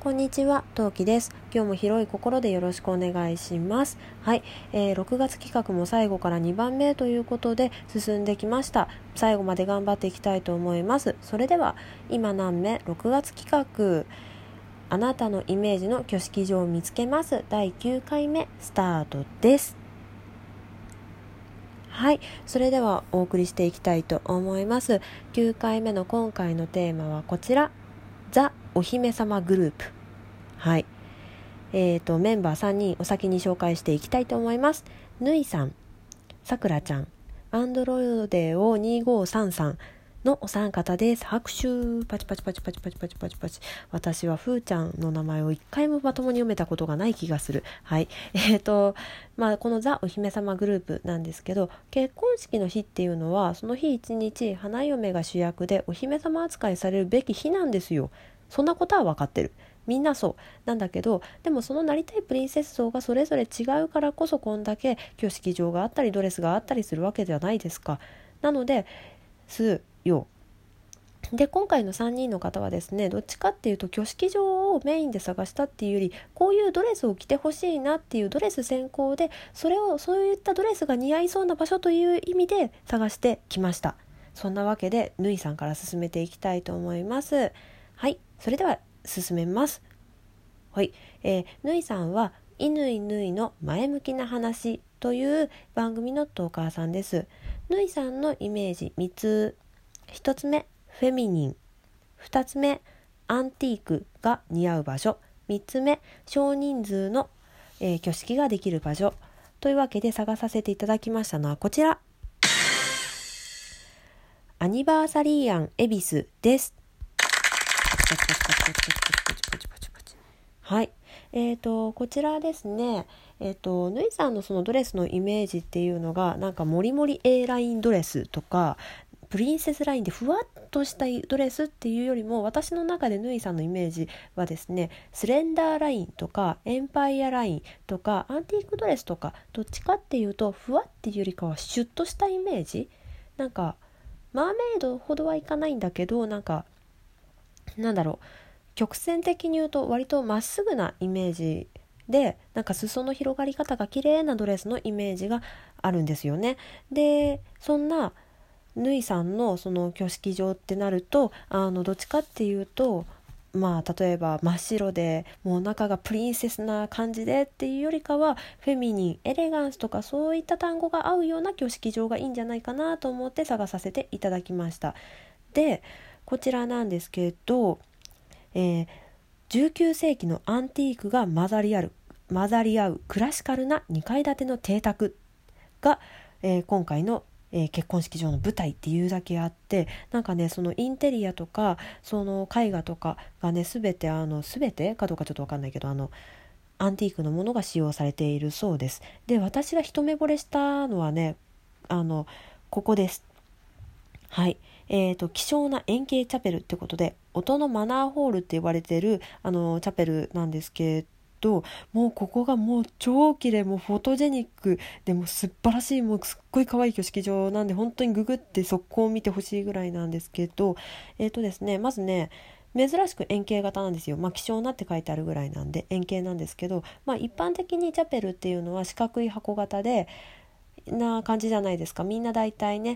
こんにちは、トウキです。今日も広い心でよろしくお願いします。はい、6月企画も最後から2番目ということで進んできました。最後まで頑張っていきたいと思います。それでは今何目6月企画、あなたのイメージの挙式場を見つけます第9回目スタートです。はい、それではお送りしていきたいと思います。9回目の今回のテーマはこちら、ザ・お姫様グループ。はい、メンバー3人お先に紹介していきたいと思います。ぬいさん、さくらちゃん、アンドロイデオ2533のお三方です。拍手。パチパチパチパチパチパチパチパチ。私はふーちゃんの名前を一回もまともに読めたことがない気がする。はい。このザ・お姫様グループなんですけど、結婚式の日っていうのはその日一日花嫁が主役でお姫様扱いされるべき日なんですよ。そんなことは分かってる。みんなそうなんだけど、でもそのなりたいプリンセス像がそれぞれ違うからこそこんだけ挙式場があったりドレスがあったりするわけではないですか。なのですよ。で今回の3人の方はですね、どっちかっていうと挙式場をメインで探したっていうより、こういうドレスを着てほしいなっていうドレス先行で、そういったドレスが似合いそうな場所という意味で探してきました。そんなわけでぬいさんから進めていきたいと思います。はい、それでは進めます。はい、ぬいさんはイヌイヌイの前向きな話という番組のトーカーさんです。ぬいさんのイメージ3つ。1つ目、フェミニン。2つ目、アンティークが似合う場所。3つ目、少人数の、挙式ができる場所というわけで探させていただきましたのはこちら、アニバーサリーアン恵比寿です。はい、こちらですね、ぬいさんのそのドレスのイメージっていうのがなんかモリモリ A ラインドレスとかプリンセスラインでふわっとしたドレスっていうよりも、私の中でぬいさんのイメージはですね、スレンダーラインとかエンパイアラインとかアンティークドレスとか、どっちかっていうとふわっていうよりかはシュッとしたイメージ。なんかマーメイドほどはいかないんだけど、なんだろう、曲線的に言うと割とまっすぐなイメージで、なんか裾の広がり方が綺麗なドレスのイメージがあるんですよね。でそんなぬいさんのその挙式場ってなると、どっちかっていうと、例えば真っ白でもう中がプリンセスな感じでっていうよりかは、フェミニン、エレガンスとかそういった単語が合うような挙式場がいいんじゃないかなと思って探させていただきました。でこちらなんですけど、19世紀のアンティークが混ざり合うクラシカルな2階建ての邸宅が、今回の、結婚式場の舞台っていうだけあって、なんかね、そのインテリアとかその絵画とかがね、全てかどうかちょっと分かんないけど、アンティークのものが使用されているそうです。で私が一目惚れしたのはね、ここです。はい、希少な円形チャペルってことで、音のマナーホールって言われてるチャペルなんですけど、もうここがもう超綺麗、もうフォトジェニックでも素晴らしい、もうすっごい可愛い挙式場なんで、本当にググって速攻を見てほしいぐらいなんですけど、ですね、まずね、珍しく円形型なんですよ。希少なって書いてあるぐらいなんで円形なんですけど、一般的にチャペルっていうのは四角い箱型でな感じじゃないですか。みんなだいたいね、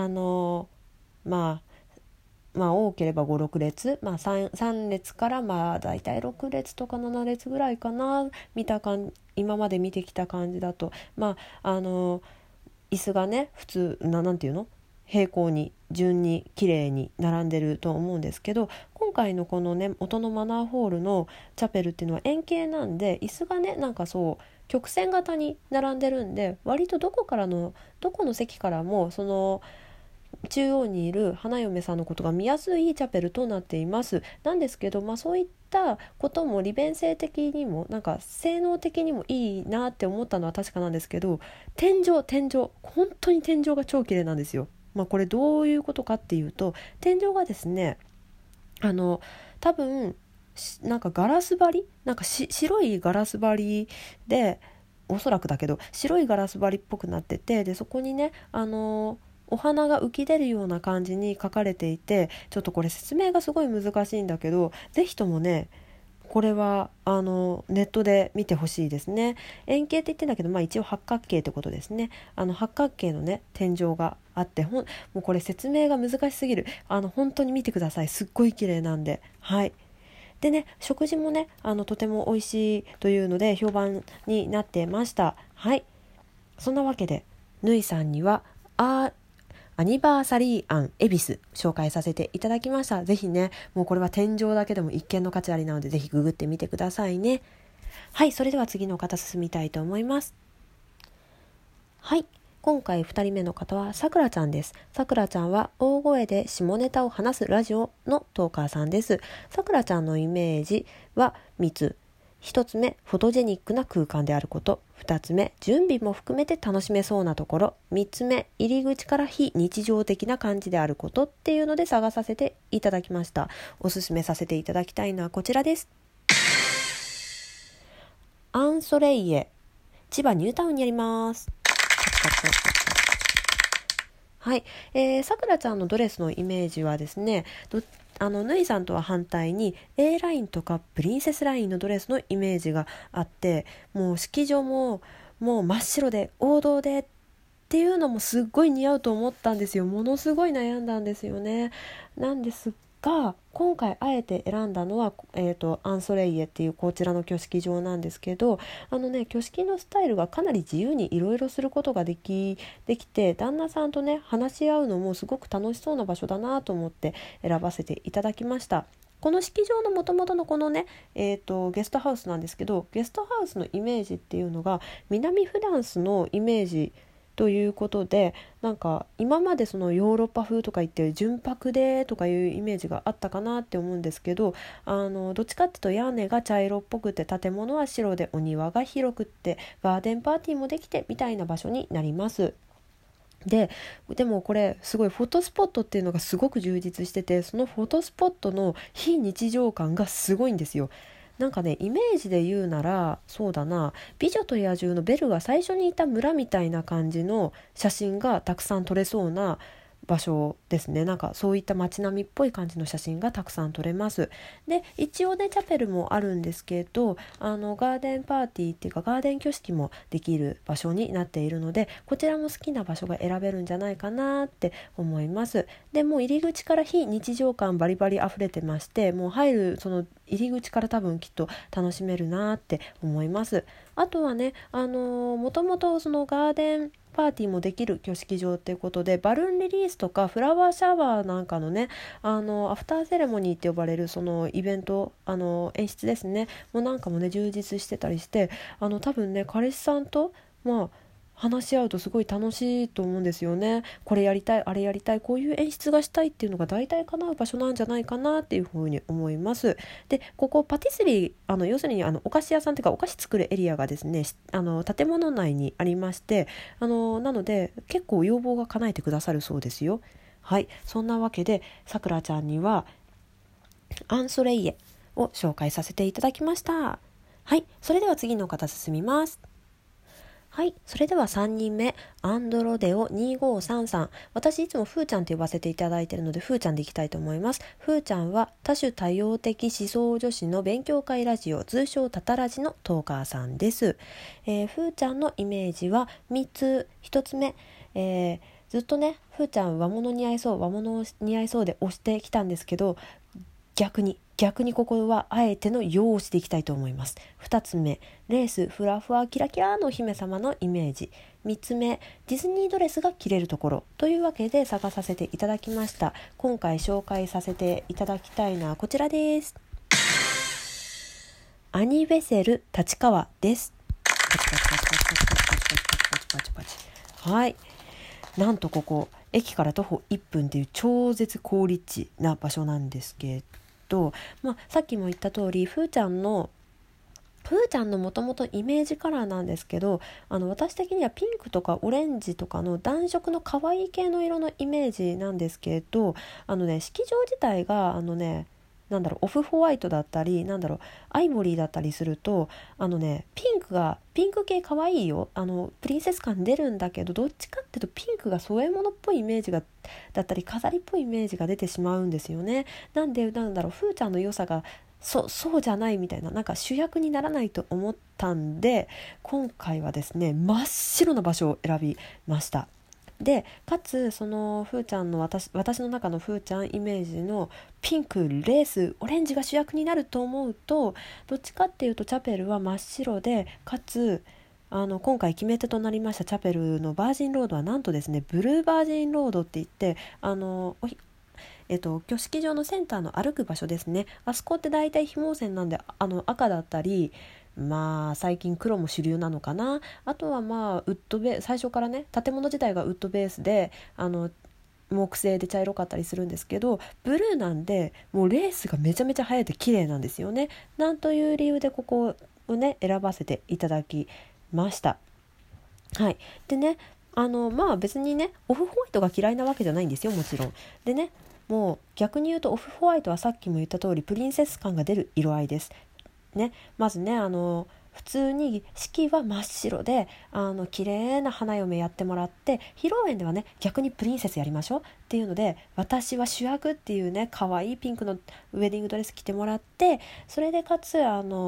多ければ5、6列、3列からだいたい6列とか7列ぐらいかな、今まで見てきた感じだと、椅子がね、普通なんていうの、平行に順に綺麗に並んでると思うんですけど、今回のこのね、音のマナーホールのチャペルっていうのは円形なんで、椅子がね、なんかそう曲線型に並んでるんで、割とどこの席からもその中央にいる花嫁さんのことが見やすいチャペルとなっています。なんですけど、そういったことも利便性的にもなんか性能的にもいいなって思ったのは確かなんですけど、天井本当に天井が超綺麗なんですよ。これどういうことかっていうと、天井がですね、多分なんかガラス張り、なんか白いガラス張りで、おそらくだけど白いガラス張りっぽくなってて、でそこにね、お花が浮き出るような感じに書かれていて、ちょっとこれ説明がすごい難しいんだけど、ぜひともねこれはネットで見てほしいですね。円形って言ってんだけど、一応八角形ってことですね。八角形のね天井があって、もうこれ説明が難しすぎる。本当に見てください。すっごい綺麗なんで。はい。でね、食事もねとても美味しいというので評判になってました。はい。そんなわけでぬいさんにはアニバーサリー庵恵比寿紹介させていただきました。ぜひね、もうこれは天井だけでも一見の価値ありなので、ぜひググってみてくださいね。はい、それでは次の方進みたいと思います。はい、今回2人目の方はさくらちゃんです。さくらちゃんは大声で下ネタを話すラジオのトーカーさんです。さくらちゃんのイメージは3つ。1つ目、フォトジェニックな空間であること。2つ目、準備も含めて楽しめそうなところ。3つ目、入り口から非日常的な感じであることっていうので探させていただきました。おすすめさせていただきたいのはこちらです。アンソレイエ、千葉ニュータウンにあります。はい、さくらちゃんのドレスのイメージはですね、ぬいさんとは反対に A ラインとかプリンセスラインのドレスのイメージがあって、もう式場ももう真っ白で王道でっていうのもすっごい似合うと思ったんですよ。ものすごい悩んだんですよね。なんですが今回あえて選んだのは、アンソレイエっていうこちらの挙式場なんですけど、挙式のスタイルがかなり自由にいろいろすることができて、旦那さんとね話し合うのもすごく楽しそうな場所だなと思って選ばせていただきました。この式場の元々のこのね、ゲストハウスなんですけど、ゲストハウスのイメージっていうのが南フランスのイメージということで、なんか今までそのヨーロッパ風とか言って純白でとかいうイメージがあったかなって思うんですけど、どっちかっていうと屋根が茶色っぽくて建物は白でお庭が広くってガーデンパーティーもできてみたいな場所になります。でもこれすごいフォトスポットっていうのがすごく充実してて、そのフォトスポットの非日常感がすごいんですよ。なんかねイメージで言うならそうだな、美女と野獣のベルが最初にいた村みたいな感じの写真がたくさん撮れそうな場所ですね。なんかそういった街並みっぽい感じの写真がたくさん撮れます。で一応ねチャペルもあるんですけど、ガーデンパーティーっていうかガーデン挙式もできる場所になっているので、こちらも好きな場所が選べるんじゃないかなって思います。でもう入り口から非日常感バリバリ溢れてまして、もう入るその入り口から多分きっと楽しめるなって思います。あとはねもともとそのガーデンパーティーもできる挙式場っていうことで、バルーンリリースとかフラワーシャワーなんかのねアフターセレモニーって呼ばれるそのイベント演出ですねもうなんかもね充実してたりして、多分ね彼氏さんと話し合うとすごい楽しいと思うんですよね。これやりたいあれやりたいこういう演出がしたいっていうのが大体叶う場所なんじゃないかなっていうふうに思います。でここパティスリー要するにお菓子屋さんっていうかお菓子作るエリアがですね建物内にありまして、なので結構要望が叶えてくださるそうですよ。はい、そんなわけでさくらちゃんにはアンソレイエを紹介させていただきました。はい、それでは次の方進みます。はい。それでは3人目、アンドロデオ2533。私いつもふーちゃんと呼ばせていただいているので、ふーちゃんでいきたいと思います。ふーちゃんは多種多様的思想女子の勉強会ラジオ、通称タタラジのトーカーさんです。ふーちゃんのイメージは3つ。1つ目、ずっとね、ふーちゃん和物に合いそうで推してきたんですけど、逆にここはあえての用紙でいきたいと思います。2つ目、レースふわふわキラキラのお姫様のイメージ。3つ目、ディズニードレスが着れるところというわけで探させていただきました。今回紹介させていただきたいのはこちらです。アニベセル立川です。はい、なんとここ駅から徒歩1分っていう超絶好立地な場所なんですけど、さっきも言った通りふーちゃんのもともとイメージカラーなんですけど、私的にはピンクとかオレンジとかの暖色の可愛い系の色のイメージなんですけど、式場自体がオフホワイトだったりアイボリーだったりするとピンク系可愛いよ、プリンセス感出るんだけど、どっちかっていうとピンクが添え物っぽいイメージだったり飾りっぽいイメージが出てしまうんですよね。なんでふーちゃんの良さがそうじゃないみたいな、なんか主役にならないと思ったんで、今回はですね真っ白な場所を選びました。でかつそのふーちゃんの私の中のふーちゃんイメージのピンク、レース、オレンジが主役になると思うと、どっちかっていうとチャペルは真っ白で、かつ今回決め手となりましたチャペルのバージンロードはなんとですねブルーバージンロードって言って、挙式場のセンターの歩く場所ですね。あそこって大体紐線なんで赤だったり、まあ最近黒も主流なのかな。あとはまあウッドベース、最初からね建物自体がウッドベースで木製で茶色かったりするんですけど、ブルーなんでもうレースがめちゃめちゃ映えて綺麗なんですよね。なんという理由でここをね選ばせていただきました。はい。でね、まあ別にねオフホワイトが嫌いなわけじゃないんですよ、もちろん。でね、もう逆に言うとオフホワイトはさっきも言った通りプリンセス感が出る色合いですね。まずね普通に式は真っ白で綺麗な花嫁やってもらって、披露宴ではね逆にプリンセスやりましょうっていうので、私は主役っていうね可愛いピンクのウェディングドレス着てもらって、それでかつ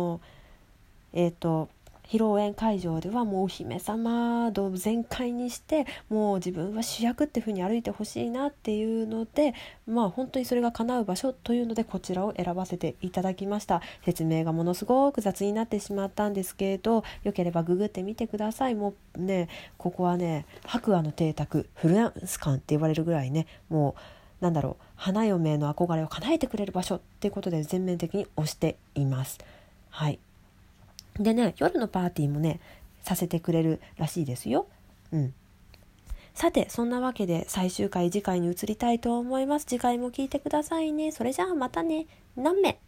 披露宴会場ではもうお姫様度全開にして、もう自分は主役っていう風に歩いてほしいなっていうので、まあ本当にそれが叶う場所というのでこちらを選ばせていただきました。説明がものすごく雑になってしまったんですけど、よければググってみてください。もうね、ここはね白亜の邸宅、フランス館って言われるぐらいね、もうなんだろう、花嫁の憧れを叶えてくれる場所っていうことで全面的に推しています。はい。でね、夜のパーティーもねさせてくれるらしいですよ。さてそんなわけで最終回、次回に移りたいと思います。次回も聞いてくださいね。それじゃあまたね。何名